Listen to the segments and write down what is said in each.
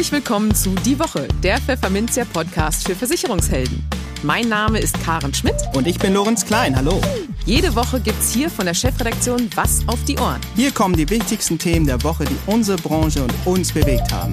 Herzlich willkommen zu Die Woche, der Pfefferminzia-Podcast für Versicherungshelden. Mein Name ist Karen Schmidt. Und ich bin Lorenz Klein, hallo. Jede Woche gibt's hier von der Chefredaktion was auf die Ohren. Hier kommen die wichtigsten Themen der Woche, die unsere Branche und uns bewegt haben.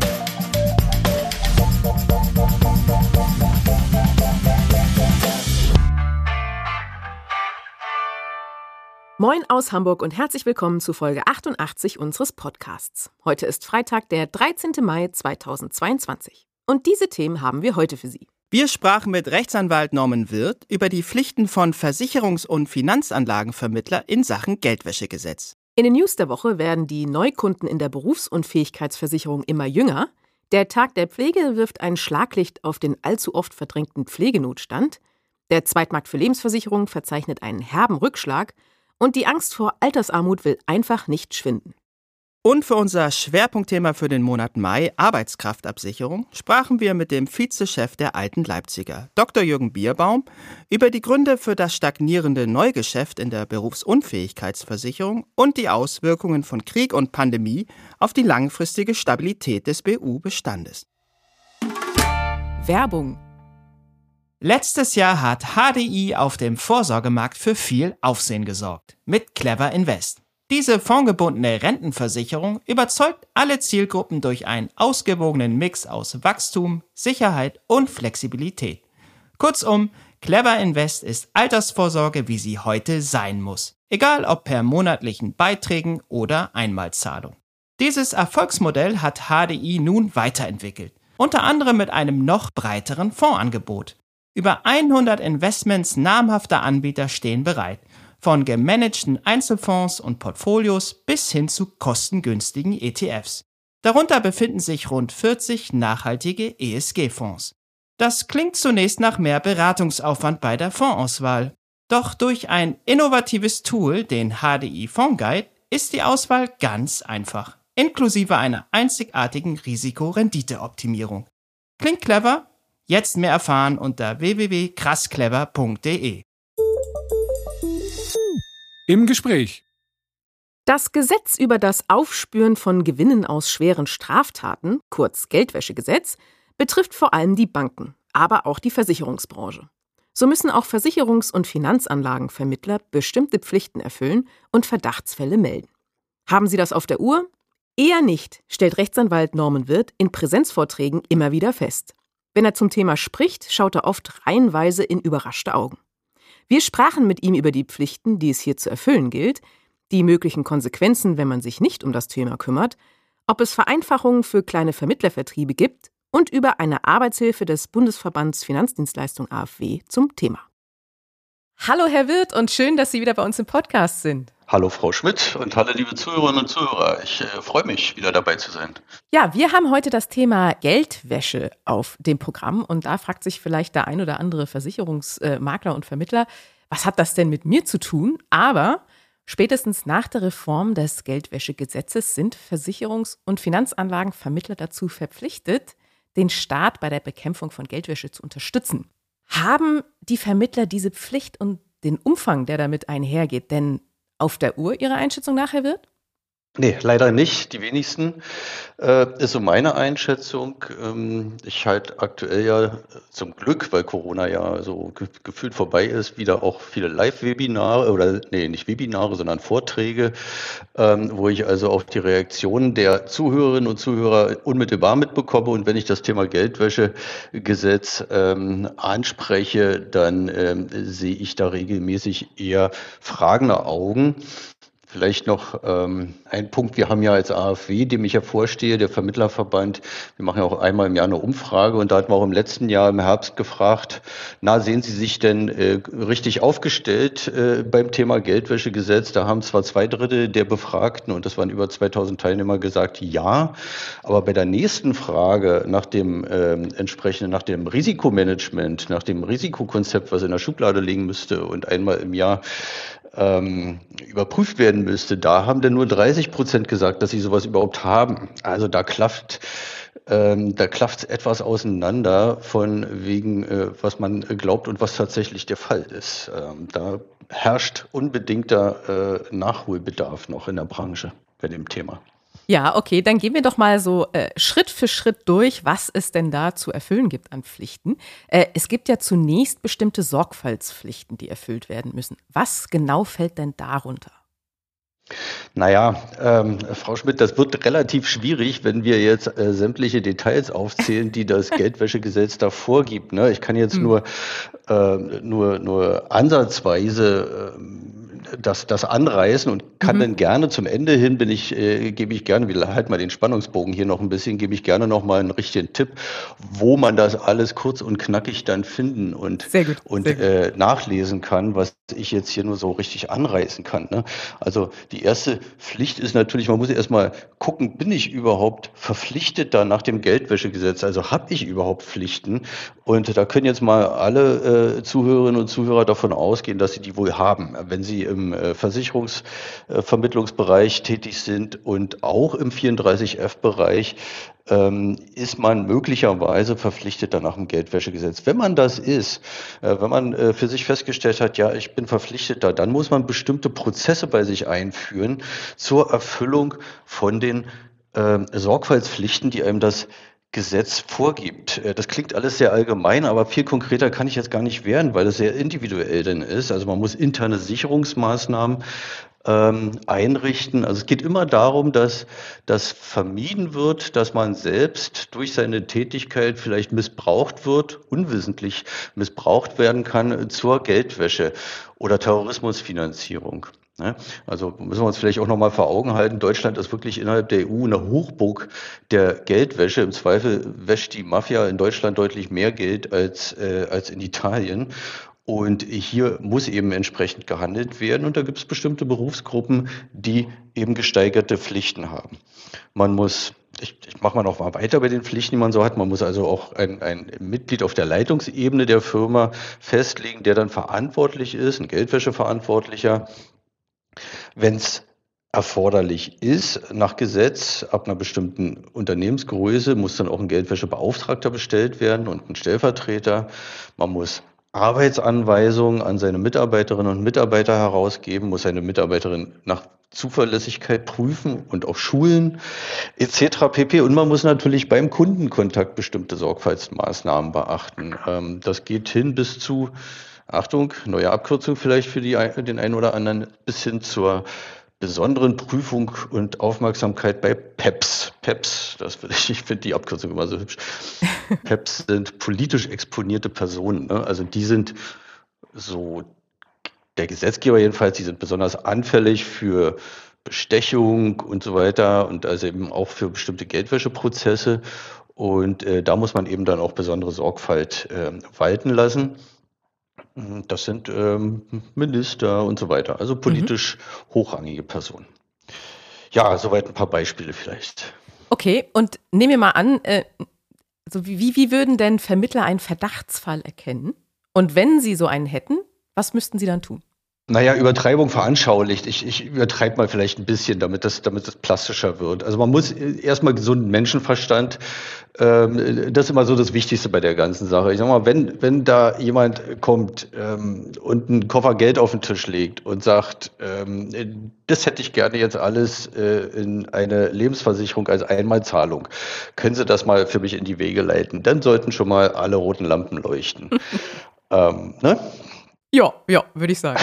Moin aus Hamburg und herzlich willkommen zu Folge 88 unseres Podcasts. Heute ist Freitag, der 13. Mai 2022. Und diese Themen haben wir heute für Sie. Wir sprachen mit Rechtsanwalt Norman Wirth über die Pflichten von Versicherungs- und Finanzanlagenvermittler in Sachen Geldwäschegesetz. In den News der Woche werden die Neukunden in der Berufsunfähigkeitsversicherung immer jünger. Der Tag der Pflege wirft ein Schlaglicht auf den allzu oft verdrängten Pflegenotstand. Der Zweitmarkt für Lebensversicherungen verzeichnet einen herben Rückschlag. Und die Angst vor Altersarmut will einfach nicht schwinden. Und für unser Schwerpunktthema für den Monat Mai, Arbeitskraftabsicherung, sprachen wir mit dem Vizechef der Alten Leipziger, Dr. Jürgen Bierbaum, über die Gründe für das stagnierende Neugeschäft in der Berufsunfähigkeitsversicherung und die Auswirkungen von Krieg und Pandemie auf die langfristige Stabilität des BU-Bestandes. Werbung. Letztes Jahr hat HDI auf dem Vorsorgemarkt für viel Aufsehen gesorgt. Mit Clever Invest. Diese fondgebundene Rentenversicherung überzeugt alle Zielgruppen durch einen ausgewogenen Mix aus Wachstum, Sicherheit und Flexibilität. Kurzum, Clever Invest ist Altersvorsorge, wie sie heute sein muss. Egal ob per monatlichen Beiträgen oder Einmalzahlung. Dieses Erfolgsmodell hat HDI nun weiterentwickelt. Unter anderem mit einem noch breiteren Fondsangebot. Über 100 Investments namhafter Anbieter stehen bereit, von gemanagten Einzelfonds und Portfolios bis hin zu kostengünstigen ETFs. Darunter befinden sich rund 40 nachhaltige ESG-Fonds. Das klingt zunächst nach mehr Beratungsaufwand bei der Fondsauswahl. Doch durch ein innovatives Tool, den HDI Fondsguide, ist die Auswahl ganz einfach, inklusive einer einzigartigen Risiko-Rendite-Optimierung. Klingt clever? Jetzt mehr erfahren unter www.krassclever.de. Im Gespräch. Das Gesetz über das Aufspüren von Gewinnen aus schweren Straftaten, kurz Geldwäschegesetz, betrifft vor allem die Banken, aber auch die Versicherungsbranche. So müssen auch Versicherungs- und Finanzanlagenvermittler bestimmte Pflichten erfüllen und Verdachtsfälle melden. Haben Sie das auf der Uhr? Eher nicht, stellt Rechtsanwalt Norman Wirth in Präsenzvorträgen immer wieder fest. Wenn er zum Thema spricht, schaut er oft reihenweise in überraschte Augen. Wir sprachen mit ihm über die Pflichten, die es hier zu erfüllen gilt, die möglichen Konsequenzen, wenn man sich nicht um das Thema kümmert, ob es Vereinfachungen für kleine Vermittlervertriebe gibt und über eine Arbeitshilfe des Bundesverbands Finanzdienstleistung AfW zum Thema. Hallo Herr Wirth und schön, dass Sie wieder bei uns im Podcast sind. Hallo Frau Schmidt und hallo liebe Zuhörerinnen und Zuhörer. Ich freue mich, wieder dabei zu sein. Ja, wir haben heute das Thema Geldwäsche auf dem Programm und da fragt sich vielleicht der ein oder andere Versicherungsmakler und Vermittler, was hat das denn mit mir zu tun? Aber spätestens nach der Reform des Geldwäschegesetzes sind Versicherungs- und Finanzanlagenvermittler dazu verpflichtet, den Staat bei der Bekämpfung von Geldwäsche zu unterstützen. Haben die Vermittler diese Pflicht und den Umfang, der damit einhergeht, denn auf der Uhr Ihrer Einschätzung nach, Herr Wirth? Nee, leider nicht. Die wenigsten ist so meine Einschätzung. Ich halte aktuell ja zum Glück, weil Corona ja so gefühlt vorbei ist, wieder auch viele Live-Webinare nicht Webinare, sondern Vorträge, wo ich also auch die Reaktionen der Zuhörerinnen und Zuhörer unmittelbar mitbekomme. Und wenn ich das Thema Geldwäschegesetz anspreche, dann sehe ich da regelmäßig eher fragende Augen. Vielleicht noch ein Punkt, wir haben ja als AfW, dem ich ja vorstehe, der Vermittlerverband, wir machen ja auch einmal im Jahr eine Umfrage und da hatten wir auch im letzten Jahr im Herbst gefragt, sehen Sie sich denn richtig aufgestellt beim Thema Geldwäschegesetz? Da haben zwar 2/3 der Befragten, und das waren über 2000 Teilnehmer, gesagt ja, aber bei der nächsten Frage nach dem nach dem Risikomanagement, nach dem Risikokonzept, was in der Schublade liegen müsste und einmal im Jahr überprüft werden müsste, da haben dann nur 30% gesagt, dass sie sowas überhaupt haben. Also da klafft etwas auseinander von wegen, was man glaubt und was tatsächlich der Fall ist. Da herrscht unbedingter Nachholbedarf noch in der Branche bei dem Thema. Ja, okay, dann gehen wir doch mal so Schritt für Schritt durch, was es denn da zu erfüllen gibt an Pflichten. Es gibt ja zunächst bestimmte Sorgfaltspflichten, die erfüllt werden müssen. Was genau fällt denn darunter? Naja, Frau Schmidt, das wird relativ schwierig, wenn wir jetzt sämtliche Details aufzählen, die das Geldwäschegesetz da vorgibt. Ne? Ich kann jetzt nur ansatzweise das anreißen und kann dann gerne zum Ende hin, gebe ich gerne, wir halten mal den Spannungsbogen hier noch ein bisschen, gebe ich gerne noch mal einen richtigen Tipp, wo man das alles kurz und knackig dann finden und nachlesen kann, was ich jetzt hier nur so richtig anreißen kann. Ne? Also die erste Pflicht ist natürlich, man muss erstmal gucken, bin ich überhaupt verpflichtet da nach dem Geldwäschegesetz? Also habe ich überhaupt Pflichten? Und da können jetzt mal alle Zuhörerinnen und Zuhörer davon ausgehen, dass sie die wohl haben. Wenn sie im Versicherungsvermittlungsbereich tätig sind und auch im 34F-Bereich, ist man möglicherweise verpflichtet danach im Geldwäschegesetz. Wenn man das ist, wenn man für sich festgestellt hat, ja, ich bin verpflichtet da, dann muss man bestimmte Prozesse bei sich einführen zur Erfüllung von den Sorgfaltspflichten, die einem das Gesetz vorgibt. Das klingt alles sehr allgemein, aber viel konkreter kann ich jetzt gar nicht werden, weil es sehr individuell denn ist. Also man muss interne Sicherungsmaßnahmen einrichten. Also es geht immer darum, dass das vermieden wird, dass man selbst durch seine Tätigkeit vielleicht missbraucht wird, unwissentlich missbraucht werden kann zur Geldwäsche oder Terrorismusfinanzierung. Also müssen wir uns vielleicht auch nochmal vor Augen halten, Deutschland ist wirklich innerhalb der EU eine Hochburg der Geldwäsche. Im Zweifel wäscht die Mafia in Deutschland deutlich mehr Geld als in Italien. Und hier muss eben entsprechend gehandelt werden. Und da gibt es bestimmte Berufsgruppen, die eben gesteigerte Pflichten haben. Man muss, ich mache mal noch mal weiter bei den Pflichten, die man so hat. Man muss also auch ein Mitglied auf der Leitungsebene der Firma festlegen, der dann verantwortlich ist, ein Geldwäscheverantwortlicher. Wenn es erforderlich ist, nach Gesetz, ab einer bestimmten Unternehmensgröße, muss dann auch ein Geldwäschebeauftragter bestellt werden und ein Stellvertreter. Man muss Arbeitsanweisungen an seine Mitarbeiterinnen und Mitarbeiter herausgeben, muss seine Mitarbeiterin nach Zuverlässigkeit prüfen und auch schulen, etc. pp. Und man muss natürlich beim Kundenkontakt bestimmte Sorgfaltsmaßnahmen beachten. Das geht hin bis zu, Achtung, neue Abkürzung vielleicht für den einen oder anderen, bis hin zur besonderen Prüfung und Aufmerksamkeit bei PEPs. PEPs, ich finde die Abkürzung immer so hübsch. PEPs sind politisch exponierte Personen. Ne? Also die sind so, der Gesetzgeber jedenfalls, die sind besonders anfällig für Bestechung und so weiter und also eben auch für bestimmte Geldwäscheprozesse. Und da muss man eben dann auch besondere Sorgfalt walten lassen. Das sind Minister und so weiter, also politisch hochrangige Personen. Ja, soweit ein paar Beispiele vielleicht. Okay, und nehmen wir mal an, also wie würden denn Vermittler einen Verdachtsfall erkennen? Und wenn sie so einen hätten, was müssten sie dann tun? Naja, Übertreibung veranschaulicht. Ich übertreibe mal vielleicht ein bisschen, damit das plastischer wird. Also man muss erstmal gesunden Menschenverstand, das ist immer so das Wichtigste bei der ganzen Sache. Ich sag mal, wenn da jemand kommt und einen Koffer Geld auf den Tisch legt und sagt, das hätte ich gerne jetzt alles in eine Lebensversicherung als Einmalzahlung, können Sie das mal für mich in die Wege leiten? Dann sollten schon mal alle roten Lampen leuchten. Ne? Ja, würde ich sagen.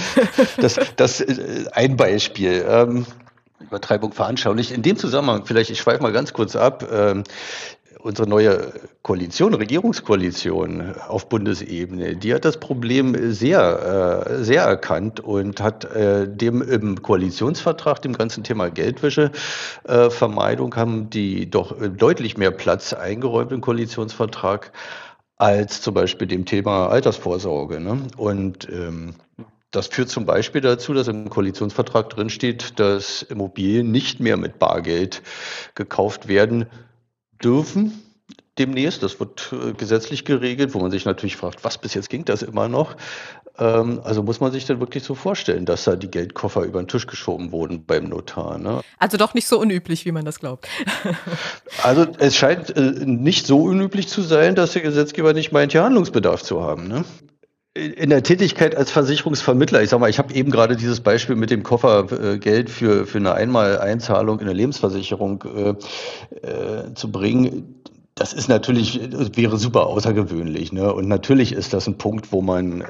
Das ist ein Beispiel. Übertreibung veranschaulicht. In dem Zusammenhang, vielleicht, ich schweife mal ganz kurz ab, unsere neue Koalition, Regierungskoalition auf Bundesebene, die hat das Problem sehr erkannt und hat dem im Koalitionsvertrag, dem ganzen Thema Geldwäschevermeidung, haben die doch deutlich mehr Platz eingeräumt im Koalitionsvertrag als zum Beispiel dem Thema Altersvorsorge. Ne? Und das führt zum Beispiel dazu, dass im Koalitionsvertrag drinsteht, dass Immobilien nicht mehr mit Bargeld gekauft werden dürfen demnächst. Das wird gesetzlich geregelt, wo man sich natürlich fragt, was bis jetzt ging das immer noch? Also muss man sich dann wirklich so vorstellen, dass da die Geldkoffer über den Tisch geschoben wurden beim Notar. Ne? Also doch nicht so unüblich, wie man das glaubt. Also es scheint nicht so unüblich zu sein, dass der Gesetzgeber nicht meint, hier Handlungsbedarf zu haben. Ne? In der Tätigkeit als Versicherungsvermittler, ich sag mal, ich habe eben gerade dieses Beispiel mit dem Koffer Geld für eine Einmaleinzahlung in eine Lebensversicherung zu bringen. Das ist natürlich, wäre super außergewöhnlich, ne? Und natürlich ist das ein Punkt, wo man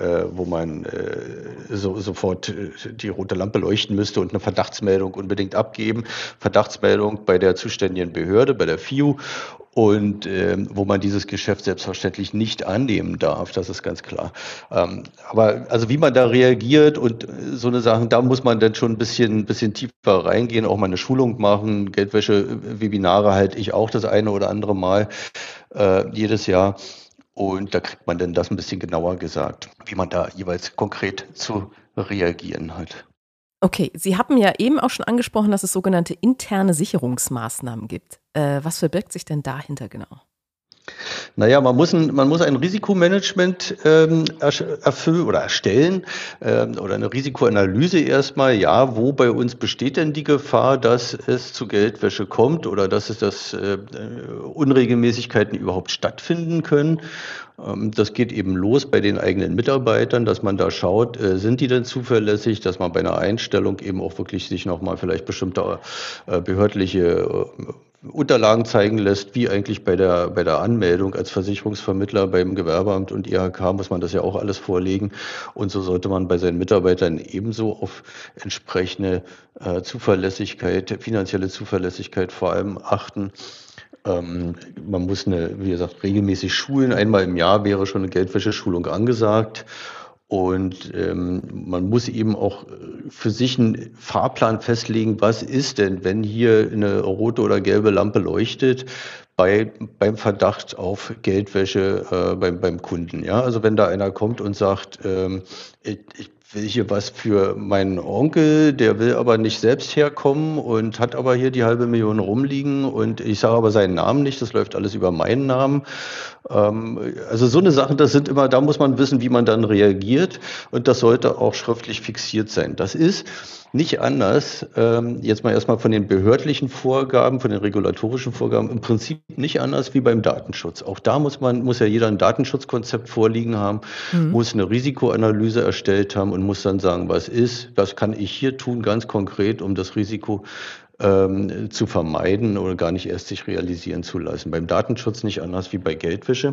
sofort die rote Lampe leuchten müsste und eine Verdachtsmeldung unbedingt abgeben. Verdachtsmeldung bei der zuständigen Behörde, bei der FIU. Und wo man dieses Geschäft selbstverständlich nicht annehmen darf, das ist ganz klar. Aber also wie man da reagiert und so eine Sachen, da muss man dann schon ein bisschen tiefer reingehen, auch mal eine Schulung machen. Geldwäsche-Webinare halte ich auch das eine oder andere Mal jedes Jahr. Und da kriegt man dann das ein bisschen genauer gesagt, wie man da jeweils konkret zu reagieren hat. Okay, Sie haben ja eben auch schon angesprochen, dass es sogenannte interne Sicherungsmaßnahmen gibt. Was verbirgt sich denn dahinter genau? Naja, man muss ein Risikomanagement erfüllen oder erstellen oder eine Risikoanalyse erstmal. Ja, wo bei uns besteht denn die Gefahr, dass es zu Geldwäsche kommt oder dass Unregelmäßigkeiten überhaupt stattfinden können? Das geht eben los bei den eigenen Mitarbeitern, dass man da schaut, sind die denn zuverlässig, dass man bei einer Einstellung eben auch wirklich sich nochmal vielleicht bestimmte behördliche Unterlagen zeigen lässt, wie eigentlich bei der Anmeldung als Versicherungsvermittler beim Gewerbeamt und IHK muss man das ja auch alles vorlegen. Und so sollte man bei seinen Mitarbeitern ebenso auf entsprechende Zuverlässigkeit, finanzielle Zuverlässigkeit vor allem achten. Man muss wie gesagt, regelmäßig schulen. Einmal im Jahr wäre schon eine Geldwäscheschulung angesagt. Und man muss eben auch für sich einen Fahrplan festlegen, was ist denn, wenn hier eine rote oder gelbe Lampe leuchtet beim Verdacht auf Geldwäsche beim Kunden. Ja? Also wenn da einer kommt und sagt, ich will hier was für meinen Onkel, der will aber nicht selbst herkommen und hat aber hier die 500.000 rumliegen und ich sage aber seinen Namen nicht, das läuft alles über meinen Namen. Also so eine Sache, da muss man wissen, wie man dann reagiert und das sollte auch schriftlich fixiert sein. Das ist nicht anders, jetzt mal erstmal von den behördlichen Vorgaben, von den regulatorischen Vorgaben, im Prinzip nicht anders wie beim Datenschutz. Auch da muss ja jeder ein Datenschutzkonzept vorliegen haben, muss eine Risikoanalyse erstellt haben und muss dann sagen, was kann ich hier tun, ganz konkret, um das Risiko zu vermeiden oder gar nicht erst sich realisieren zu lassen. Beim Datenschutz nicht anders wie bei Geldwäsche.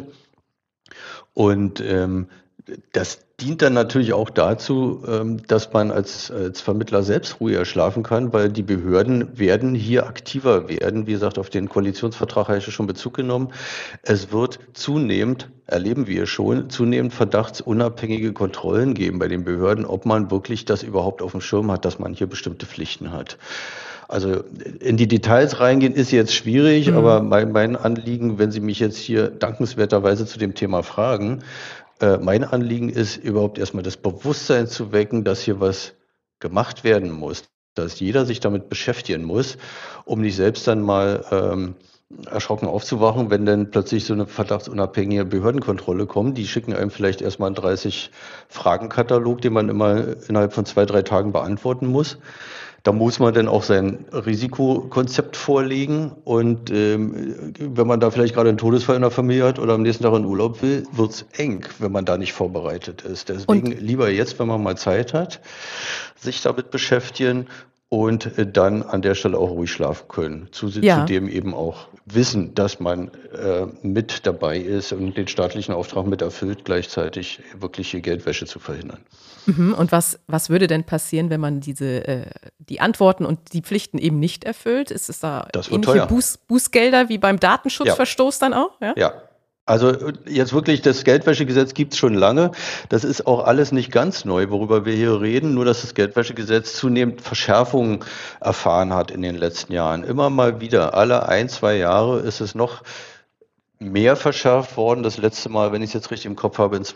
Und das dient dann natürlich auch dazu, dass man als Vermittler selbst ruhiger schlafen kann, weil die Behörden werden hier aktiver werden. Wie gesagt, auf den Koalitionsvertrag habe ich schon Bezug genommen. Es wird erleben wir schon, zunehmend verdachtsunabhängige Kontrollen geben bei den Behörden, ob man wirklich das überhaupt auf dem Schirm hat, dass man hier bestimmte Pflichten hat. Also in die Details reingehen ist jetzt schwierig, aber mein Anliegen, wenn Sie mich jetzt hier dankenswerterweise zu dem Thema fragen, mein Anliegen ist überhaupt erstmal das Bewusstsein zu wecken, dass hier was gemacht werden muss, dass jeder sich damit beschäftigen muss, um nicht selbst dann mal erschrocken aufzuwachen, wenn dann plötzlich so eine verdachtsunabhängige Behördenkontrolle kommt. Die schicken einem vielleicht erstmal einen 30-Fragen-Katalog, den man immer innerhalb von 2-3 Tagen beantworten muss. Da muss man dann auch sein Risikokonzept vorlegen und wenn man da vielleicht gerade einen Todesfall in der Familie hat oder am nächsten Tag in Urlaub will, wird's eng, wenn man da nicht vorbereitet ist. Deswegen lieber jetzt, wenn man mal Zeit hat, sich damit beschäftigen und dann an der Stelle auch ruhig schlafen können. Zudem eben auch wissen, dass man mit dabei ist und den staatlichen Auftrag mit erfüllt, gleichzeitig wirkliche Geldwäsche zu verhindern. Und was würde denn passieren, wenn man die Antworten und die Pflichten eben nicht erfüllt? Ist es da ähnliche Bußgelder wie beim Datenschutzverstoß dann auch? Ja. Also jetzt wirklich, das Geldwäschegesetz gibt's schon lange. Das ist auch alles nicht ganz neu, worüber wir hier reden, nur dass das Geldwäschegesetz zunehmend Verschärfungen erfahren hat in den letzten Jahren. Immer mal wieder, alle 1-2 Jahre ist es noch mehr verschärft worden. Das letzte Mal, wenn ich es jetzt richtig im Kopf habe, in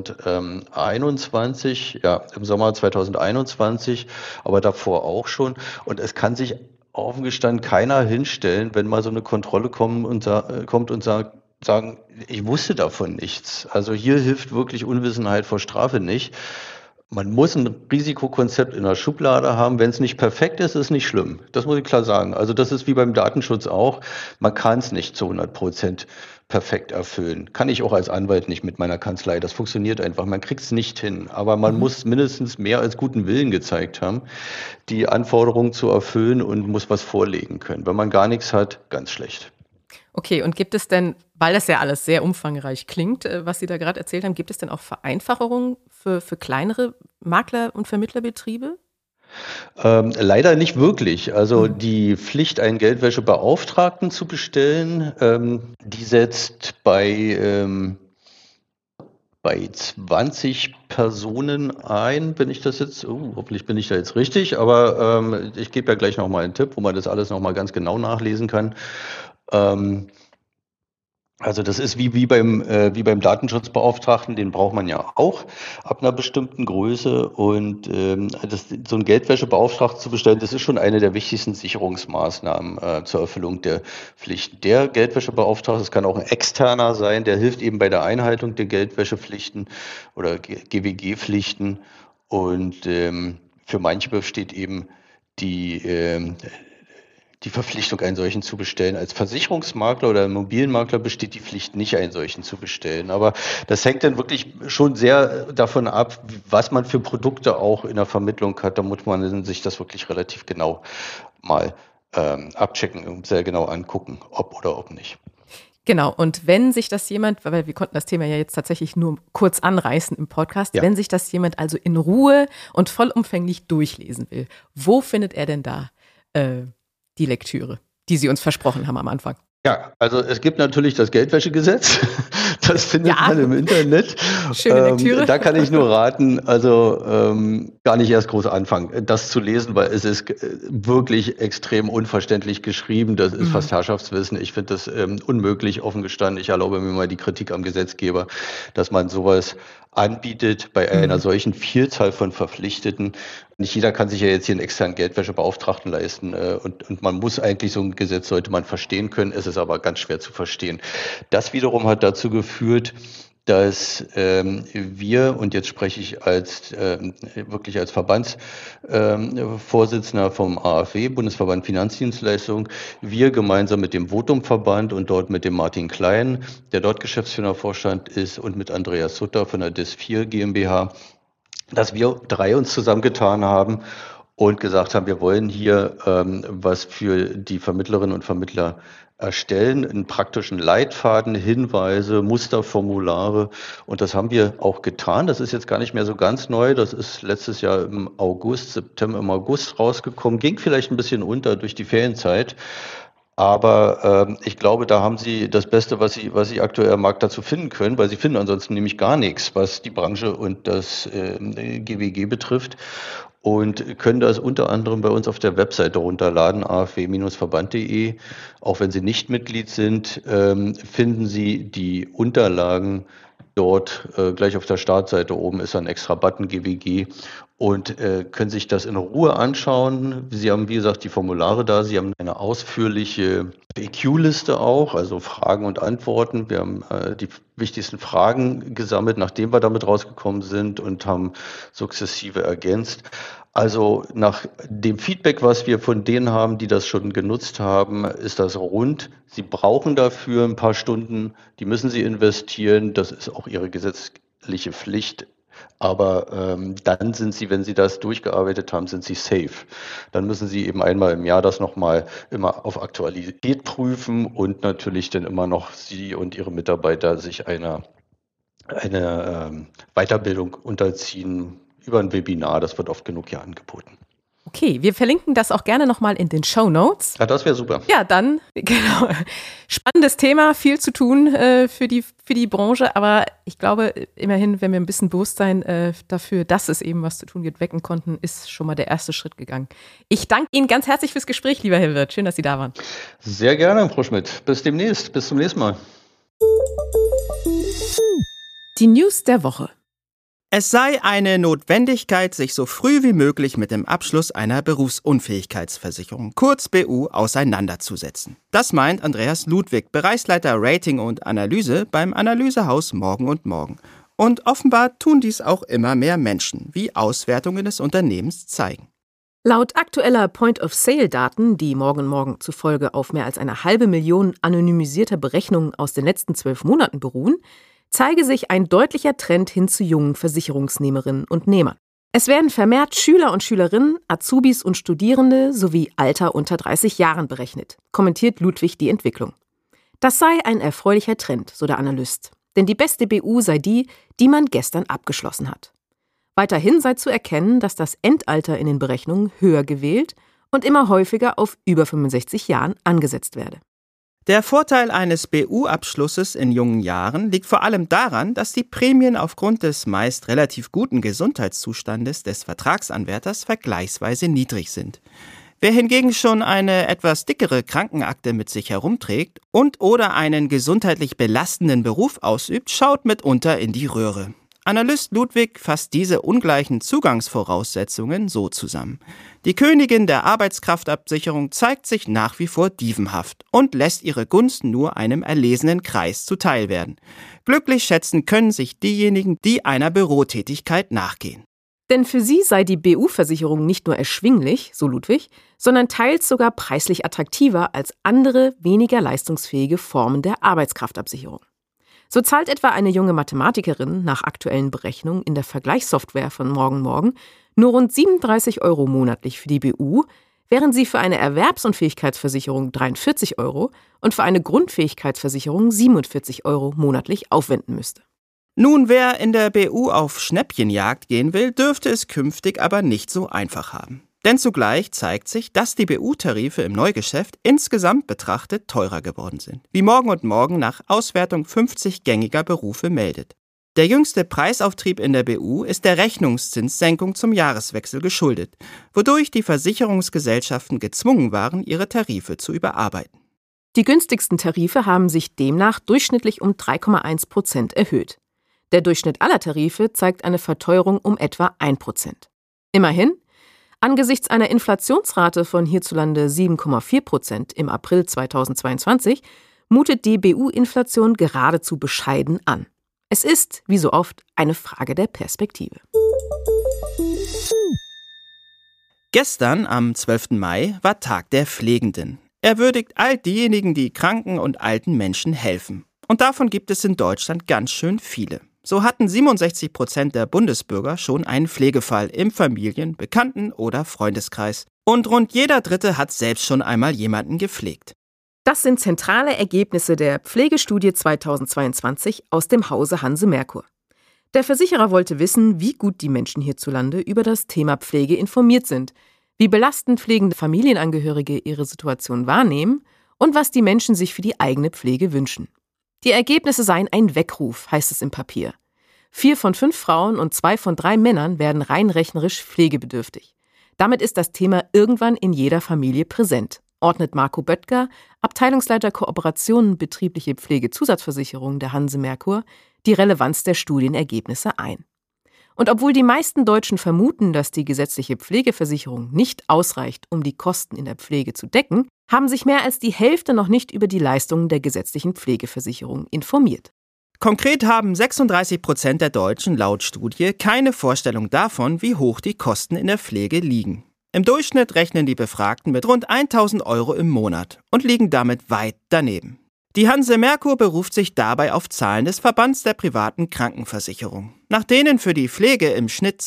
2021, im Sommer 2021, aber davor auch schon. Und es kann sich offen gestanden keiner hinstellen, wenn mal so eine Kontrolle kommt und sagen, ich wusste davon nichts. Also hier hilft wirklich Unwissenheit vor Strafe nicht. Man muss ein Risikokonzept in der Schublade haben. Wenn es nicht perfekt ist, ist es nicht schlimm. Das muss ich klar sagen. Also das ist wie beim Datenschutz auch. Man kann es nicht zu 100% perfekt erfüllen. Kann ich auch als Anwalt nicht mit meiner Kanzlei. Das funktioniert einfach. Man kriegt es nicht hin. Aber man muss mindestens mehr als guten Willen gezeigt haben, die Anforderungen zu erfüllen und muss was vorlegen können. Wenn man gar nichts hat, ganz schlecht. Okay, und gibt es denn, weil das ja alles sehr umfangreich klingt, was Sie da gerade erzählt haben, gibt es denn auch Vereinfachungen für kleinere Makler- und Vermittlerbetriebe? Leider nicht wirklich. Also die Pflicht, einen Geldwäschebeauftragten zu bestellen, die setzt bei 20 Personen ein, wenn ich das jetzt, hoffentlich bin ich da jetzt richtig, aber ich gebe ja gleich nochmal einen Tipp, wo man das alles nochmal ganz genau nachlesen kann. Also das ist wie beim Datenschutzbeauftragten, den braucht man ja auch ab einer bestimmten Größe. Und so einen Geldwäschebeauftragten zu bestellen, das ist schon eine der wichtigsten Sicherungsmaßnahmen zur Erfüllung der Pflichten. Der Geldwäschebeauftragte, das kann auch ein externer sein, der hilft eben bei der Einhaltung der Geldwäschepflichten oder GWG-Pflichten. Und für manche besteht eben die Verpflichtung, einen solchen zu bestellen. Als Versicherungsmakler oder Immobilienmakler besteht die Pflicht nicht, einen solchen zu bestellen. Aber das hängt dann wirklich schon sehr davon ab, was man für Produkte auch in der Vermittlung hat. Da muss man sich das wirklich relativ genau mal abchecken und sehr genau angucken, ob oder ob nicht. Genau, und wenn sich das jemand, weil wir konnten das Thema ja jetzt tatsächlich nur kurz anreißen im Podcast, wenn sich das jemand also in Ruhe und vollumfänglich durchlesen will, wo findet er denn da die Lektüre, die Sie uns versprochen haben am Anfang? Ja, also es gibt natürlich das Geldwäschegesetz, das findet man im Internet. Schöne Lektüre. Da kann ich nur raten, also gar nicht erst groß anfangen, das zu lesen, weil es ist wirklich extrem unverständlich geschrieben. Das ist fast Herrschaftswissen. Ich finde das unmöglich, offen gestanden. Ich erlaube mir mal die Kritik am Gesetzgeber, dass man sowas anbietet bei einer solchen Vielzahl von Verpflichteten. Nicht jeder kann sich ja jetzt hier einen externen Geldwäschebeauftragten leisten und man muss eigentlich, so ein Gesetz sollte man verstehen können, es ist aber ganz schwer zu verstehen. Das wiederum hat dazu geführt, dass wir, und jetzt spreche ich wirklich als Verbandsvorsitzender vom AfW, Bundesverband Finanzdienstleistung, wir gemeinsam mit dem Votum-Verband und dort mit dem Martin Klein, der dort Geschäftsführervorstand ist, und mit Andreas Sutter von der DIS4 GmbH, dass wir drei uns zusammengetan haben und gesagt haben, wir wollen hier was für die Vermittlerinnen und Vermittler erstellen, einen praktischen Leitfaden, Hinweise, Musterformulare, und das haben wir auch getan. Das ist jetzt gar nicht mehr so ganz neu, das ist letztes Jahr im September, im August rausgekommen, ging vielleicht ein bisschen unter durch die Ferienzeit. Aber ich glaube, da haben Sie das Beste, was Sie aktuell am Markt dazu finden können, weil Sie finden ansonsten nämlich gar nichts, was die Branche und das GWG betrifft, und können das unter anderem bei uns auf der Webseite runterladen, afw-verband.de. Auch wenn Sie nicht Mitglied sind, finden Sie die Unterlagen dort. Gleich auf der Startseite oben ist ein extra Button GWG und können sich das in Ruhe anschauen. Sie haben, wie gesagt, die Formulare da. Sie haben eine ausführliche FAQ-Liste auch, also Fragen und Antworten. Wir haben die wichtigsten Fragen gesammelt, nachdem wir damit rausgekommen sind, und haben sukzessive ergänzt. Also nach dem Feedback, was wir von denen haben, die das schon genutzt haben, ist das rund. Sie brauchen dafür ein paar Stunden, die müssen Sie investieren. Das ist auch Ihre gesetzliche Pflicht. Aber dann sind Sie, wenn Sie das durchgearbeitet haben, sind Sie safe. Dann müssen Sie eben einmal im Jahr das nochmal immer auf Aktualität prüfen und natürlich dann immer noch Sie und Ihre Mitarbeiter sich eine Weiterbildung unterziehen über ein Webinar. Das wird oft genug hier angeboten. Okay, wir verlinken das auch gerne nochmal in den Shownotes. Ja, das wäre super. Ja, dann, genau. Spannendes Thema, viel zu tun für die Branche, aber ich glaube, immerhin, wenn wir ein bisschen Bewusstsein dafür, dass es eben was zu tun gibt, wecken konnten, ist schon mal der erste Schritt gegangen. Ich danke Ihnen ganz herzlich fürs Gespräch, lieber Herr Wirth. Schön, dass Sie da waren. Sehr gerne, Frau Schmidt. Bis demnächst. Bis zum nächsten Mal. Die News der Woche. Es sei eine Notwendigkeit, sich so früh wie möglich mit dem Abschluss einer Berufsunfähigkeitsversicherung, kurz BU, auseinanderzusetzen. Das meint Andreas Ludwig, Bereichsleiter Rating und Analyse beim Analysehaus Morgen & Morgen. Und offenbar tun dies auch immer mehr Menschen, wie Auswertungen des Unternehmens zeigen. Laut aktueller Point-of-Sale-Daten, die Morgen zufolge auf mehr als 500.000 anonymisierter Berechnungen aus den letzten 12 Monaten beruhen, zeige sich ein deutlicher Trend hin zu jungen Versicherungsnehmerinnen und Nehmern. Es werden vermehrt Schüler und Schülerinnen, Azubis und Studierende sowie Alter unter 30 Jahren berechnet, kommentiert Ludwig die Entwicklung. Das sei ein erfreulicher Trend, so der Analyst, denn die beste BU sei die, die man gestern abgeschlossen hat. Weiterhin sei zu erkennen, dass das Endalter in den Berechnungen höher gewählt und immer häufiger auf über 65 Jahren angesetzt werde. Der Vorteil eines BU-Abschlusses in jungen Jahren liegt vor allem daran, dass die Prämien aufgrund des meist relativ guten Gesundheitszustandes des Vertragsanwärters vergleichsweise niedrig sind. Wer hingegen schon eine etwas dickere Krankenakte mit sich herumträgt und oder einen gesundheitlich belastenden Beruf ausübt, schaut mitunter in die Röhre. Analyst Ludwig fasst diese ungleichen Zugangsvoraussetzungen so zusammen. Die Königin der Arbeitskraftabsicherung zeigt sich nach wie vor dievenhaft und lässt ihre Gunst nur einem erlesenen Kreis zuteil werden. Glücklich schätzen können sich diejenigen, die einer Bürotätigkeit nachgehen. Denn für sie sei die BU-Versicherung nicht nur erschwinglich, so Ludwig, sondern teils sogar preislich attraktiver als andere, weniger leistungsfähige Formen der Arbeitskraftabsicherung. So zahlt etwa eine junge Mathematikerin nach aktuellen Berechnungen in der Vergleichssoftware von Morgen nur rund 37 € monatlich für die BU, während sie für eine Erwerbsunfähigkeitsversicherung 43 € und für eine Grundfähigkeitsversicherung 47 € monatlich aufwenden müsste. Nun, wer in der BU auf Schnäppchenjagd gehen will, dürfte es künftig aber nicht so einfach haben. Denn zugleich zeigt sich, dass die BU-Tarife im Neugeschäft insgesamt betrachtet teurer geworden sind, wie Morgen nach Auswertung 50 gängiger Berufe meldet. Der jüngste Preisauftrieb in der BU ist der Rechnungszinssenkung zum Jahreswechsel geschuldet, wodurch die Versicherungsgesellschaften gezwungen waren, ihre Tarife zu überarbeiten. Die günstigsten Tarife haben sich demnach durchschnittlich um 3,1% erhöht. Der Durchschnitt aller Tarife zeigt eine Verteuerung um etwa 1%. Immerhin, angesichts einer Inflationsrate von hierzulande 7,4% im April 2022 mutet die BU-Inflation geradezu bescheiden an. Es ist, wie so oft, eine Frage der Perspektive. Gestern, am 12. Mai, war Tag der Pflegenden. Er würdigt all diejenigen, die kranken und alten Menschen helfen. Und davon gibt es in Deutschland ganz schön viele. So hatten 67% der Bundesbürger schon einen Pflegefall im Familien-, Bekannten- oder Freundeskreis. Und rund jeder Dritte hat selbst schon einmal jemanden gepflegt. Das sind zentrale Ergebnisse der Pflegestudie 2022 aus dem Hause Hanse Merkur. Der Versicherer wollte wissen, wie gut die Menschen hierzulande über das Thema Pflege informiert sind, wie belastend pflegende Familienangehörige ihre Situation wahrnehmen und was die Menschen sich für die eigene Pflege wünschen. Die Ergebnisse seien ein Weckruf, heißt es im Papier. 4 von 5 Frauen und 2 von 3 Männern werden rein rechnerisch pflegebedürftig. Damit ist das Thema irgendwann in jeder Familie präsent, ordnet Marco Böttger, Abteilungsleiter Kooperationen betriebliche Pflegezusatzversicherung der Hanse Merkur, die Relevanz der Studienergebnisse ein. Und obwohl die meisten Deutschen vermuten, dass die gesetzliche Pflegeversicherung nicht ausreicht, um die Kosten in der Pflege zu decken, haben sich mehr als die Hälfte noch nicht über die Leistungen der gesetzlichen Pflegeversicherung informiert. Konkret haben 36% der Deutschen laut Studie keine Vorstellung davon, wie hoch die Kosten in der Pflege liegen. Im Durchschnitt rechnen die Befragten mit rund 1.000 € im Monat und liegen damit weit daneben. Die Hanse Merkur beruft sich dabei auf Zahlen des Verbands der privaten Krankenversicherung, nach denen für die Pflege im Schnitt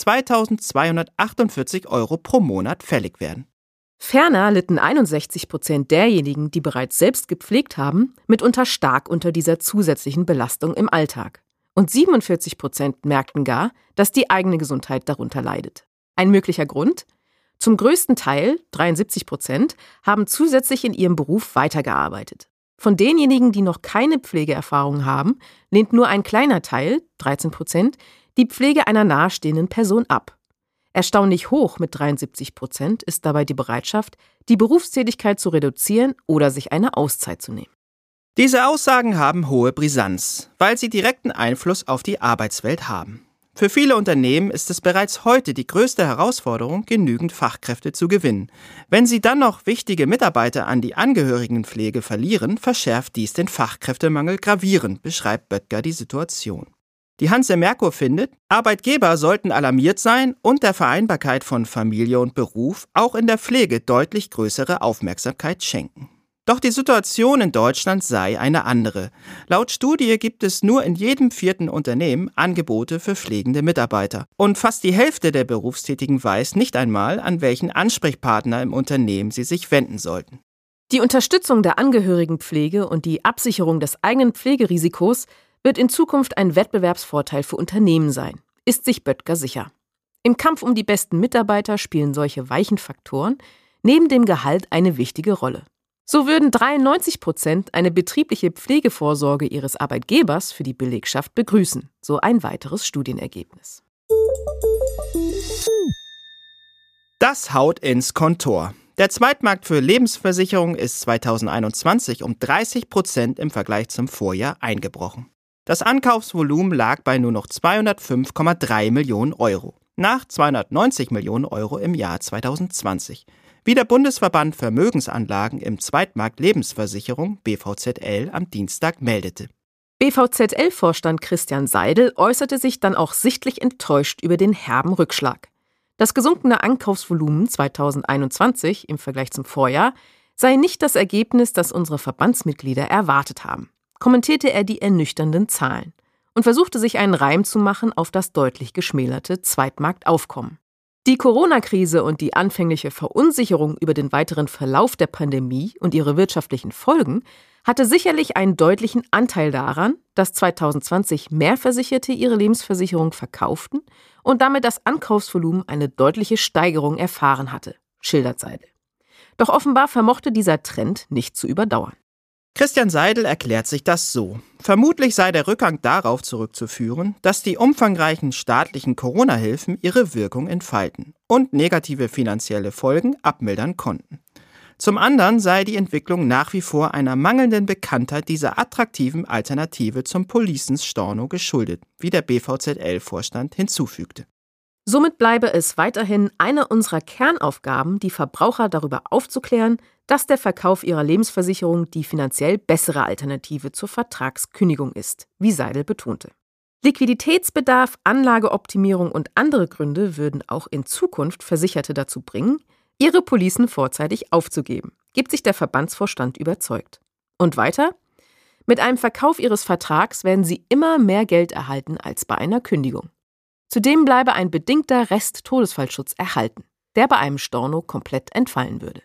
2.248 € pro Monat fällig werden. Ferner litten 61% derjenigen, die bereits selbst gepflegt haben, mitunter stark unter dieser zusätzlichen Belastung im Alltag. Und 47% merkten gar, dass die eigene Gesundheit darunter leidet. Ein möglicher Grund? Zum größten Teil, 73%, haben zusätzlich in ihrem Beruf weitergearbeitet. Von denjenigen, die noch keine Pflegeerfahrung haben, lehnt nur ein kleiner Teil, 13%, die Pflege einer nahestehenden Person ab. Erstaunlich hoch mit 73% ist dabei die Bereitschaft, die Berufstätigkeit zu reduzieren oder sich eine Auszeit zu nehmen. Diese Aussagen haben hohe Brisanz, weil sie direkten Einfluss auf die Arbeitswelt haben. Für viele Unternehmen ist es bereits heute die größte Herausforderung, genügend Fachkräfte zu gewinnen. Wenn sie dann noch wichtige Mitarbeiter an die Angehörigenpflege verlieren, verschärft dies den Fachkräftemangel gravierend, beschreibt Böttger die Situation. Die Hanse Merkur findet, Arbeitgeber sollten alarmiert sein und der Vereinbarkeit von Familie und Beruf auch in der Pflege deutlich größere Aufmerksamkeit schenken. Doch die Situation in Deutschland sei eine andere. Laut Studie gibt es nur in jedem 4. Unternehmen Angebote für pflegende Mitarbeiter. Und fast die Hälfte der Berufstätigen weiß nicht einmal, an welchen Ansprechpartner im Unternehmen sie sich wenden sollten. Die Unterstützung der Angehörigenpflege und die Absicherung des eigenen Pflegerisikos wird in Zukunft ein Wettbewerbsvorteil für Unternehmen sein, ist sich Böttger sicher. Im Kampf um die besten Mitarbeiter spielen solche weichen Faktoren neben dem Gehalt eine wichtige Rolle. So würden 93% eine betriebliche Pflegevorsorge ihres Arbeitgebers für die Belegschaft begrüßen, so ein weiteres Studienergebnis. Das haut ins Kontor. Der Zweitmarkt für Lebensversicherungen ist 2021 um 30% im Vergleich zum Vorjahr eingebrochen. Das Ankaufsvolumen lag bei nur noch 205,3 Millionen Euro, nach 290 Millionen Euro im Jahr 2020. Wie der Bundesverband Vermögensanlagen im Zweitmarkt Lebensversicherung BVZL am Dienstag meldete. BVZL-Vorstand Christian Seidel äußerte sich dann auch sichtlich enttäuscht über den herben Rückschlag. Das gesunkene Ankaufsvolumen 2021 im Vergleich zum Vorjahr sei nicht das Ergebnis, das unsere Verbandsmitglieder erwartet haben, kommentierte er die ernüchternden Zahlen und versuchte sich einen Reim zu machen auf das deutlich geschmälerte Zweitmarktaufkommen. Die Corona-Krise und die anfängliche Verunsicherung über den weiteren Verlauf der Pandemie und ihre wirtschaftlichen Folgen hatte sicherlich einen deutlichen Anteil daran, dass 2020 mehr Versicherte ihre Lebensversicherung verkauften und damit das Ankaufsvolumen eine deutliche Steigerung erfahren hatte, schildert Seidel. Doch offenbar vermochte dieser Trend nicht zu überdauern. Christian Seidel erklärt sich das so. Vermutlich sei der Rückgang darauf zurückzuführen, dass die umfangreichen staatlichen Corona-Hilfen ihre Wirkung entfalten und negative finanzielle Folgen abmildern konnten. Zum anderen sei die Entwicklung nach wie vor einer mangelnden Bekanntheit dieser attraktiven Alternative zum Policens Storno geschuldet, wie der BVZL-Vorstand hinzufügte. Somit bleibe es weiterhin eine unserer Kernaufgaben, die Verbraucher darüber aufzuklären, dass der Verkauf ihrer Lebensversicherung die finanziell bessere Alternative zur Vertragskündigung ist, wie Seidel betonte. Liquiditätsbedarf, Anlageoptimierung und andere Gründe würden auch in Zukunft Versicherte dazu bringen, ihre Policen vorzeitig aufzugeben, gibt sich der Verbandsvorstand überzeugt. Und weiter? Mit einem Verkauf ihres Vertrags werden sie immer mehr Geld erhalten als bei einer Kündigung. Zudem bleibe ein bedingter Rest-Todesfallschutz erhalten, der bei einem Storno komplett entfallen würde.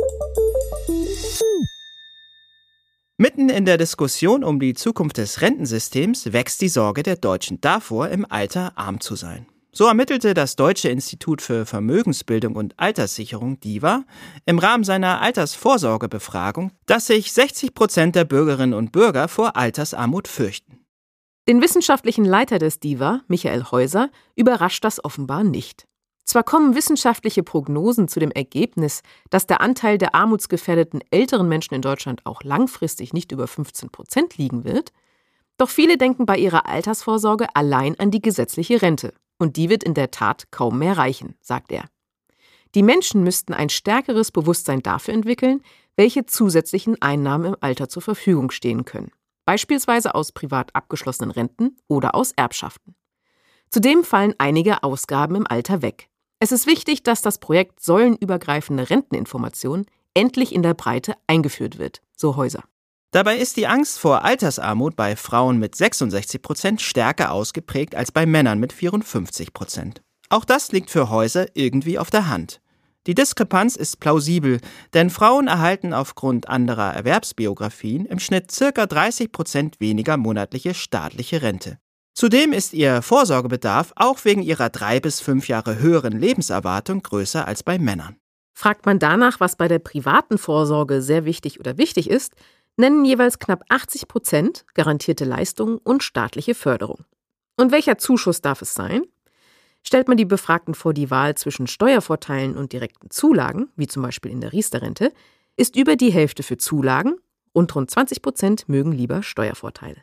Mitten in der Diskussion um die Zukunft des Rentensystems wächst die Sorge der Deutschen davor, im Alter arm zu sein. So ermittelte das Deutsche Institut für Vermögensbildung und Alterssicherung, DIVA, im Rahmen seiner Altersvorsorgebefragung, dass sich 60% der Bürgerinnen und Bürger vor Altersarmut fürchten. Den wissenschaftlichen Leiter des DIVA, Michael Heuser, überrascht das offenbar nicht. Zwar kommen wissenschaftliche Prognosen zu dem Ergebnis, dass der Anteil der armutsgefährdeten älteren Menschen in Deutschland auch langfristig nicht über 15% liegen wird, doch viele denken bei ihrer Altersvorsorge allein an die gesetzliche Rente. Und die wird in der Tat kaum mehr reichen, sagt er. Die Menschen müssten ein stärkeres Bewusstsein dafür entwickeln, welche zusätzlichen Einnahmen im Alter zur Verfügung stehen können. Beispielsweise aus privat abgeschlossenen Renten oder aus Erbschaften. Zudem fallen einige Ausgaben im Alter weg. Es ist wichtig, dass das Projekt säulenübergreifende Renteninformation endlich in der Breite eingeführt wird, so Heuser. Dabei ist die Angst vor Altersarmut bei Frauen mit 66% stärker ausgeprägt als bei Männern mit 54%. Auch das liegt für Heuser irgendwie auf der Hand. Die Diskrepanz ist plausibel, denn Frauen erhalten aufgrund anderer Erwerbsbiografien im Schnitt ca. 30% weniger monatliche staatliche Rente. Zudem ist ihr Vorsorgebedarf auch wegen ihrer 3 bis 5 Jahre höheren Lebenserwartung größer als bei Männern. Fragt man danach, was bei der privaten Vorsorge sehr wichtig oder wichtig ist, nennen jeweils knapp 80% garantierte Leistungen und staatliche Förderung. Und welcher Zuschuss darf es sein? Stellt man die Befragten vor die Wahl zwischen Steuervorteilen und direkten Zulagen, wie zum Beispiel in der Riester-Rente, ist über die Hälfte für Zulagen und rund 20% mögen lieber Steuervorteile.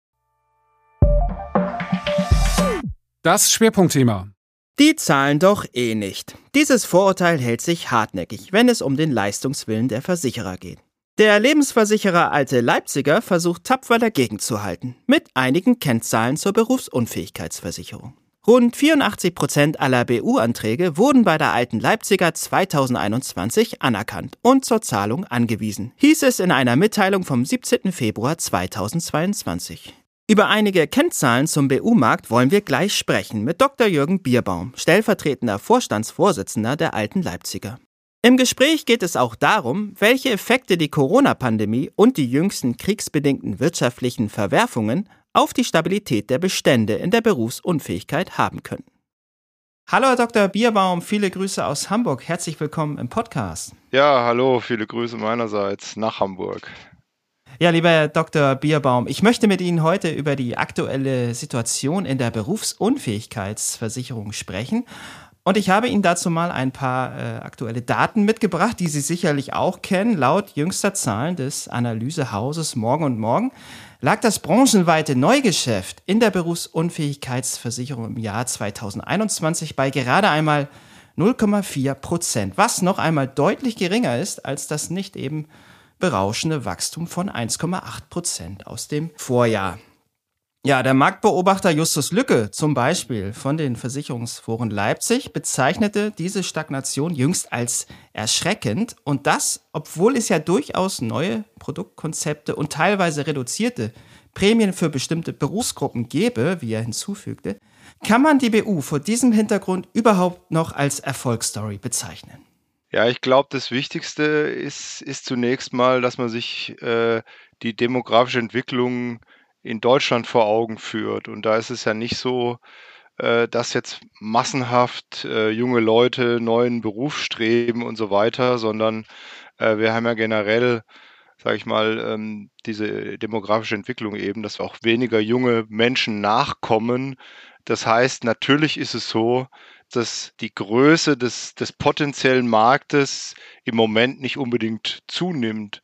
Das Schwerpunktthema. Die zahlen doch eh nicht. Dieses Vorurteil hält sich hartnäckig, wenn es um den Leistungswillen der Versicherer geht. Der Lebensversicherer Alte Leipziger versucht tapfer dagegenzuhalten, mit einigen Kennzahlen zur Berufsunfähigkeitsversicherung. Rund 84% aller BU-Anträge wurden bei der Alten Leipziger 2021 anerkannt und zur Zahlung angewiesen, hieß es in einer Mitteilung vom 17. Februar 2022. Über einige Kennzahlen zum BU-Markt wollen wir gleich sprechen mit Dr. Jürgen Bierbaum, stellvertretender Vorstandsvorsitzender der Alten Leipziger. Im Gespräch geht es auch darum, welche Effekte die Corona-Pandemie und die jüngsten kriegsbedingten wirtschaftlichen Verwerfungen auf die Stabilität der Bestände in der Berufsunfähigkeit haben können. Hallo Herr Dr. Bierbaum, viele Grüße aus Hamburg. Herzlich willkommen im Podcast. Ja, hallo, viele Grüße meinerseits nach Hamburg. Ja, lieber Herr Dr. Bierbaum, ich möchte mit Ihnen heute über die aktuelle Situation in der Berufsunfähigkeitsversicherung sprechen. Und ich habe Ihnen dazu mal ein paar aktuelle Daten mitgebracht, die Sie sicherlich auch kennen. Laut jüngster Zahlen des Analysehauses Morgen & Morgen lag das branchenweite Neugeschäft in der Berufsunfähigkeitsversicherung im Jahr 2021 bei gerade einmal 0,4%, was noch einmal deutlich geringer ist als das nicht eben berauschende Wachstum von 1,8% aus dem Vorjahr. Ja, der Marktbeobachter Justus Lücke zum Beispiel von den Versicherungsforen Leipzig bezeichnete diese Stagnation jüngst als erschreckend und das, obwohl es ja durchaus neue Produktkonzepte und teilweise reduzierte Prämien für bestimmte Berufsgruppen gäbe, wie er hinzufügte. Kann man die BU vor diesem Hintergrund überhaupt noch als Erfolgsstory bezeichnen? Ja, ich glaube, das Wichtigste ist zunächst mal, dass man sich die demografische Entwicklung in Deutschland vor Augen führt. Und da ist es ja nicht so, dass jetzt massenhaft junge Leute neuen Beruf streben und so weiter, sondern wir haben ja generell, sage ich mal, diese demografische Entwicklung eben, dass auch weniger junge Menschen nachkommen. Das heißt, natürlich ist es so, dass die Größe des potenziellen Marktes im Moment nicht unbedingt zunimmt.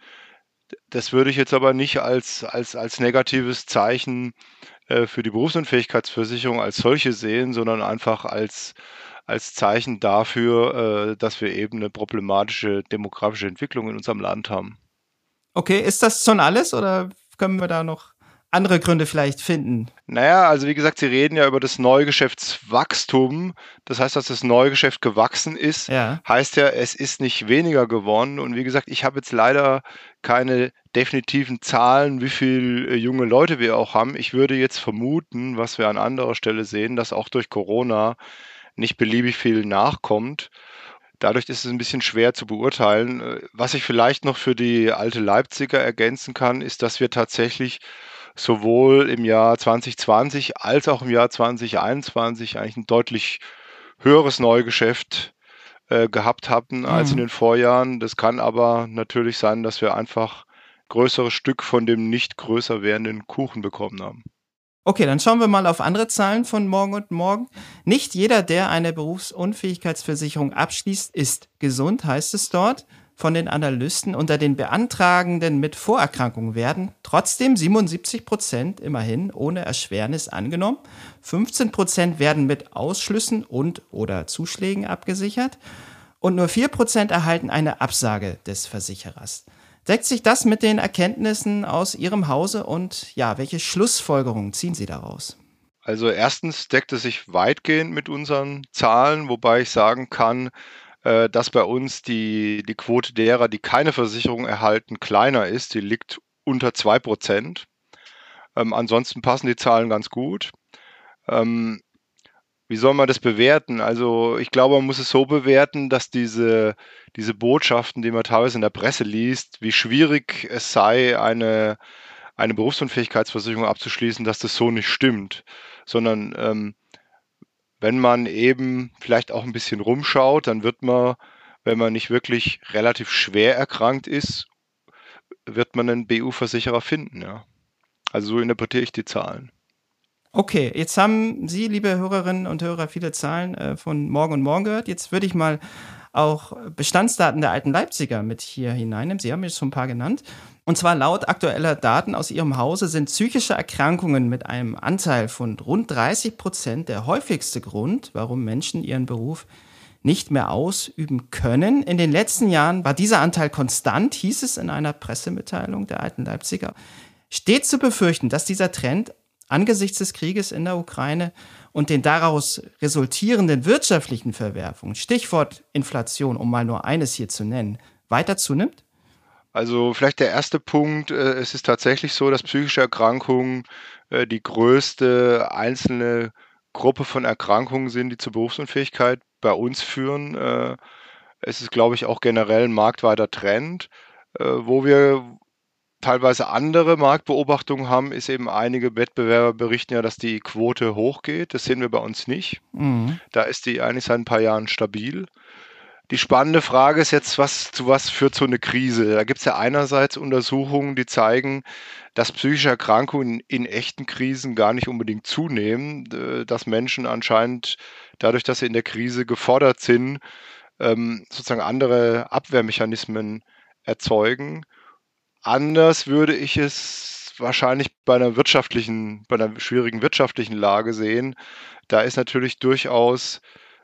Das würde ich jetzt aber nicht als negatives Zeichen für die Berufsunfähigkeitsversicherung als solche sehen, sondern einfach als Zeichen dafür, dass wir eben eine problematische demografische Entwicklung in unserem Land haben. Okay, ist das schon alles oder können wir da noch andere Gründe vielleicht finden? Naja, also wie gesagt, Sie reden ja über das Neugeschäftswachstum. Das heißt, dass das Neugeschäft gewachsen ist, heißt ja, es ist nicht weniger geworden. Und wie gesagt, ich habe jetzt leider keine definitiven Zahlen, wie viele junge Leute wir auch haben. Ich würde jetzt vermuten, was wir an anderer Stelle sehen, dass auch durch Corona nicht beliebig viel nachkommt. Dadurch ist es ein bisschen schwer zu beurteilen. Was ich vielleicht noch für die Alte Leipziger ergänzen kann, ist, dass wir tatsächlich sowohl im Jahr 2020 als auch im Jahr 2021 eigentlich ein deutlich höheres Neugeschäft gehabt hatten als in den Vorjahren. Das kann aber natürlich sein, dass wir einfach größeres Stück von dem nicht größer werdenden Kuchen bekommen haben. Okay, dann schauen wir mal auf andere Zahlen von Morgen & Morgen. Nicht jeder, der eine Berufsunfähigkeitsversicherung abschließt, ist gesund, heißt es dort. Von den Analysten unter den Beantragenden mit Vorerkrankungen werden trotzdem 77% immerhin ohne Erschwernis angenommen. 15% werden mit Ausschlüssen und/oder Zuschlägen abgesichert und nur 4% erhalten eine Absage des Versicherers. Deckt sich das mit den Erkenntnissen aus Ihrem Hause und ja, welche Schlussfolgerungen ziehen Sie daraus? Also erstens deckt es sich weitgehend mit unseren Zahlen, wobei ich sagen kann, dass bei uns die Quote derer, die keine Versicherung erhalten, kleiner ist. Die liegt unter 2%. Ansonsten passen die Zahlen ganz gut. Wie soll man das bewerten? Also ich glaube, man muss es so bewerten, dass diese Botschaften, die man teilweise in der Presse liest, wie schwierig es sei, eine Berufsunfähigkeitsversicherung abzuschließen, dass das so nicht stimmt, sondern wenn man eben vielleicht auch ein bisschen rumschaut, dann wird man, wenn man nicht wirklich relativ schwer erkrankt ist, wird man einen BU-Versicherer finden. Ja. Also so interpretiere ich die Zahlen. Okay, jetzt haben Sie, liebe Hörerinnen und Hörer, viele Zahlen von Morgen & Morgen gehört. Jetzt würde ich mal auch Bestandsdaten der Alten Leipziger mit hier hineinnehmen. Sie haben jetzt schon ein paar genannt. Und zwar laut aktueller Daten aus Ihrem Hause sind psychische Erkrankungen mit einem Anteil von rund 30% der häufigste Grund, warum Menschen ihren Beruf nicht mehr ausüben können. In den letzten Jahren war dieser Anteil konstant, hieß es in einer Pressemitteilung der Alten Leipziger. Steht zu befürchten, dass dieser Trend angesichts des Krieges in der Ukraine und den daraus resultierenden wirtschaftlichen Verwerfungen, Stichwort Inflation, um mal nur eines hier zu nennen, weiter zunimmt? Also vielleicht der erste Punkt, es ist tatsächlich so, dass psychische Erkrankungen die größte einzelne Gruppe von Erkrankungen sind, die zur Berufsunfähigkeit bei uns führen. Es ist, glaube ich, auch generell ein marktweiter Trend. Wo wir teilweise andere Marktbeobachtungen haben, ist eben, einige Wettbewerber berichten ja, dass die Quote hochgeht. Das sehen wir bei uns nicht. Da ist die eigentlich seit ein paar Jahren stabil. Die spannende Frage ist jetzt, zu was führt so eine Krise? Da gibt es ja einerseits Untersuchungen, die zeigen, dass psychische Erkrankungen in echten Krisen gar nicht unbedingt zunehmen, dass Menschen anscheinend dadurch, dass sie in der Krise gefordert sind, sozusagen andere Abwehrmechanismen erzeugen. Anders würde ich es wahrscheinlich bei einer schwierigen wirtschaftlichen Lage sehen. Da ist natürlich durchaus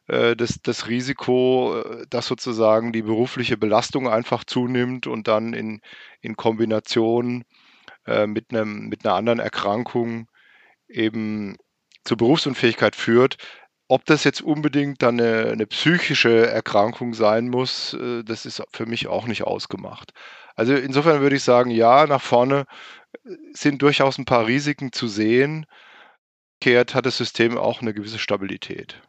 das Risiko, dass sozusagen die berufliche Belastung einfach zunimmt und dann in Kombination mit einer anderen Erkrankung eben zur Berufsunfähigkeit führt. Ob das jetzt unbedingt dann eine psychische Erkrankung sein muss, das ist für mich auch nicht ausgemacht. Also insofern würde ich sagen, ja, nach vorne sind durchaus ein paar Risiken zu sehen. Umgekehrt hat das System auch eine gewisse Stabilität.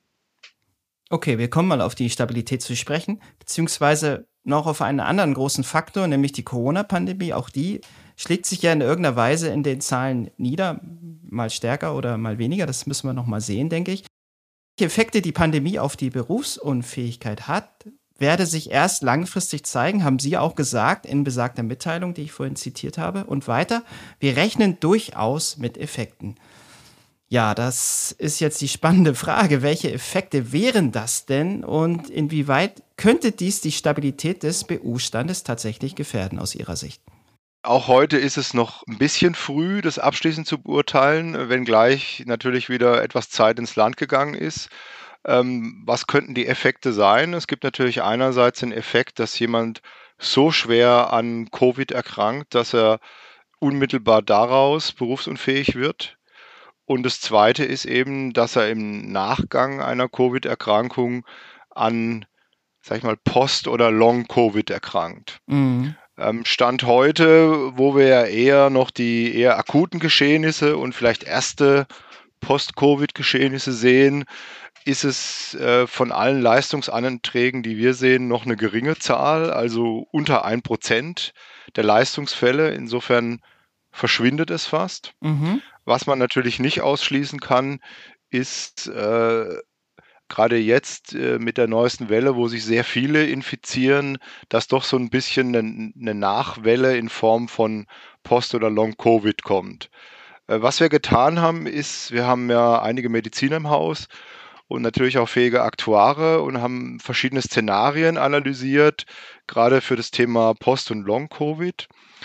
Okay, wir kommen mal auf die Stabilität zu sprechen, beziehungsweise noch auf einen anderen großen Faktor, nämlich die Corona-Pandemie. Auch die schlägt sich ja in irgendeiner Weise in den Zahlen nieder, mal stärker oder mal weniger. Das müssen wir noch mal sehen, denke ich. Welche Effekte die Pandemie auf die Berufsunfähigkeit hat, werde sich erst langfristig zeigen, haben Sie auch gesagt in besagter Mitteilung, die ich vorhin zitiert habe. Und weiter, wir rechnen durchaus mit Effekten. Ja, das ist jetzt die spannende Frage. Welche Effekte wären das denn und inwieweit könnte dies die Stabilität des BU-Standes tatsächlich gefährden aus Ihrer Sicht? Auch heute ist es noch ein bisschen früh, das abschließend zu beurteilen, wenngleich natürlich wieder etwas Zeit ins Land gegangen ist. Was könnten die Effekte sein? Es gibt natürlich einerseits den Effekt, dass jemand so schwer an Covid erkrankt, dass er unmittelbar daraus berufsunfähig wird. Und das Zweite ist eben, dass er im Nachgang einer Covid-Erkrankung an, sag ich mal, Post- oder Long-Covid erkrankt. Stand heute, wo wir ja eher noch die eher akuten Geschehnisse und vielleicht erste Post-Covid-Geschehnisse sehen, ist es von allen Leistungsanträgen, die wir sehen, noch eine geringe Zahl, also unter 1% der Leistungsfälle. Insofern verschwindet es fast. Was man natürlich nicht ausschließen kann, ist gerade jetzt mit der neuesten Welle, wo sich sehr viele infizieren, dass doch so ein bisschen eine Nachwelle in Form von Post- oder Long-Covid kommt. Was wir getan haben, ist, wir haben ja einige Mediziner im Haus und natürlich auch fähige Aktuare und haben verschiedene Szenarien analysiert, gerade für das Thema Post- und Long-Covid,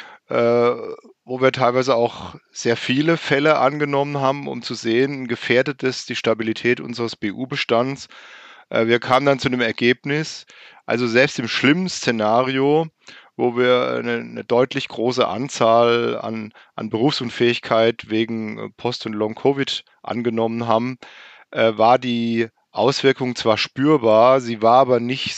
wo wir teilweise auch sehr viele Fälle angenommen haben, um zu sehen, gefährdet es die Stabilität unseres BU-Bestands. Wir kamen dann zu dem Ergebnis, also selbst im schlimmen Szenario, wo wir eine deutlich große Anzahl an Berufsunfähigkeit wegen Post- und Long-Covid angenommen haben, war die Auswirkung zwar spürbar, sie war aber nicht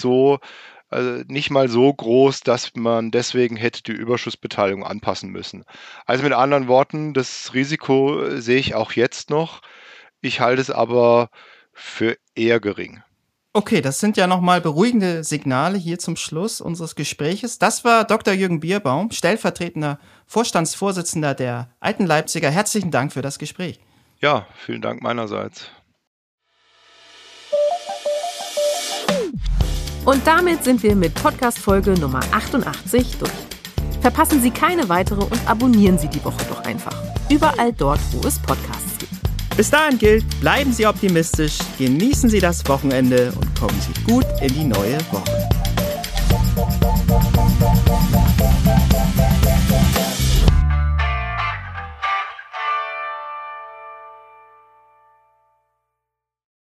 mal so groß, dass man deswegen hätte die Überschussbeteiligung anpassen müssen. Also mit anderen Worten, das Risiko sehe ich auch jetzt noch. Ich halte es aber für eher gering. Okay, das sind ja nochmal beruhigende Signale hier zum Schluss unseres Gespräches. Das war Dr. Jürgen Bierbaum, stellvertretender Vorstandsvorsitzender der Alten Leipziger. Herzlichen Dank für das Gespräch. Ja, vielen Dank meinerseits. Und damit sind wir mit Podcast-Folge Nummer 88 durch. Verpassen Sie keine weitere und abonnieren Sie die Woche doch einfach. Überall dort, wo es Podcasts gibt. Bis dahin gilt, bleiben Sie optimistisch, genießen Sie das Wochenende und kommen Sie gut in die neue Woche.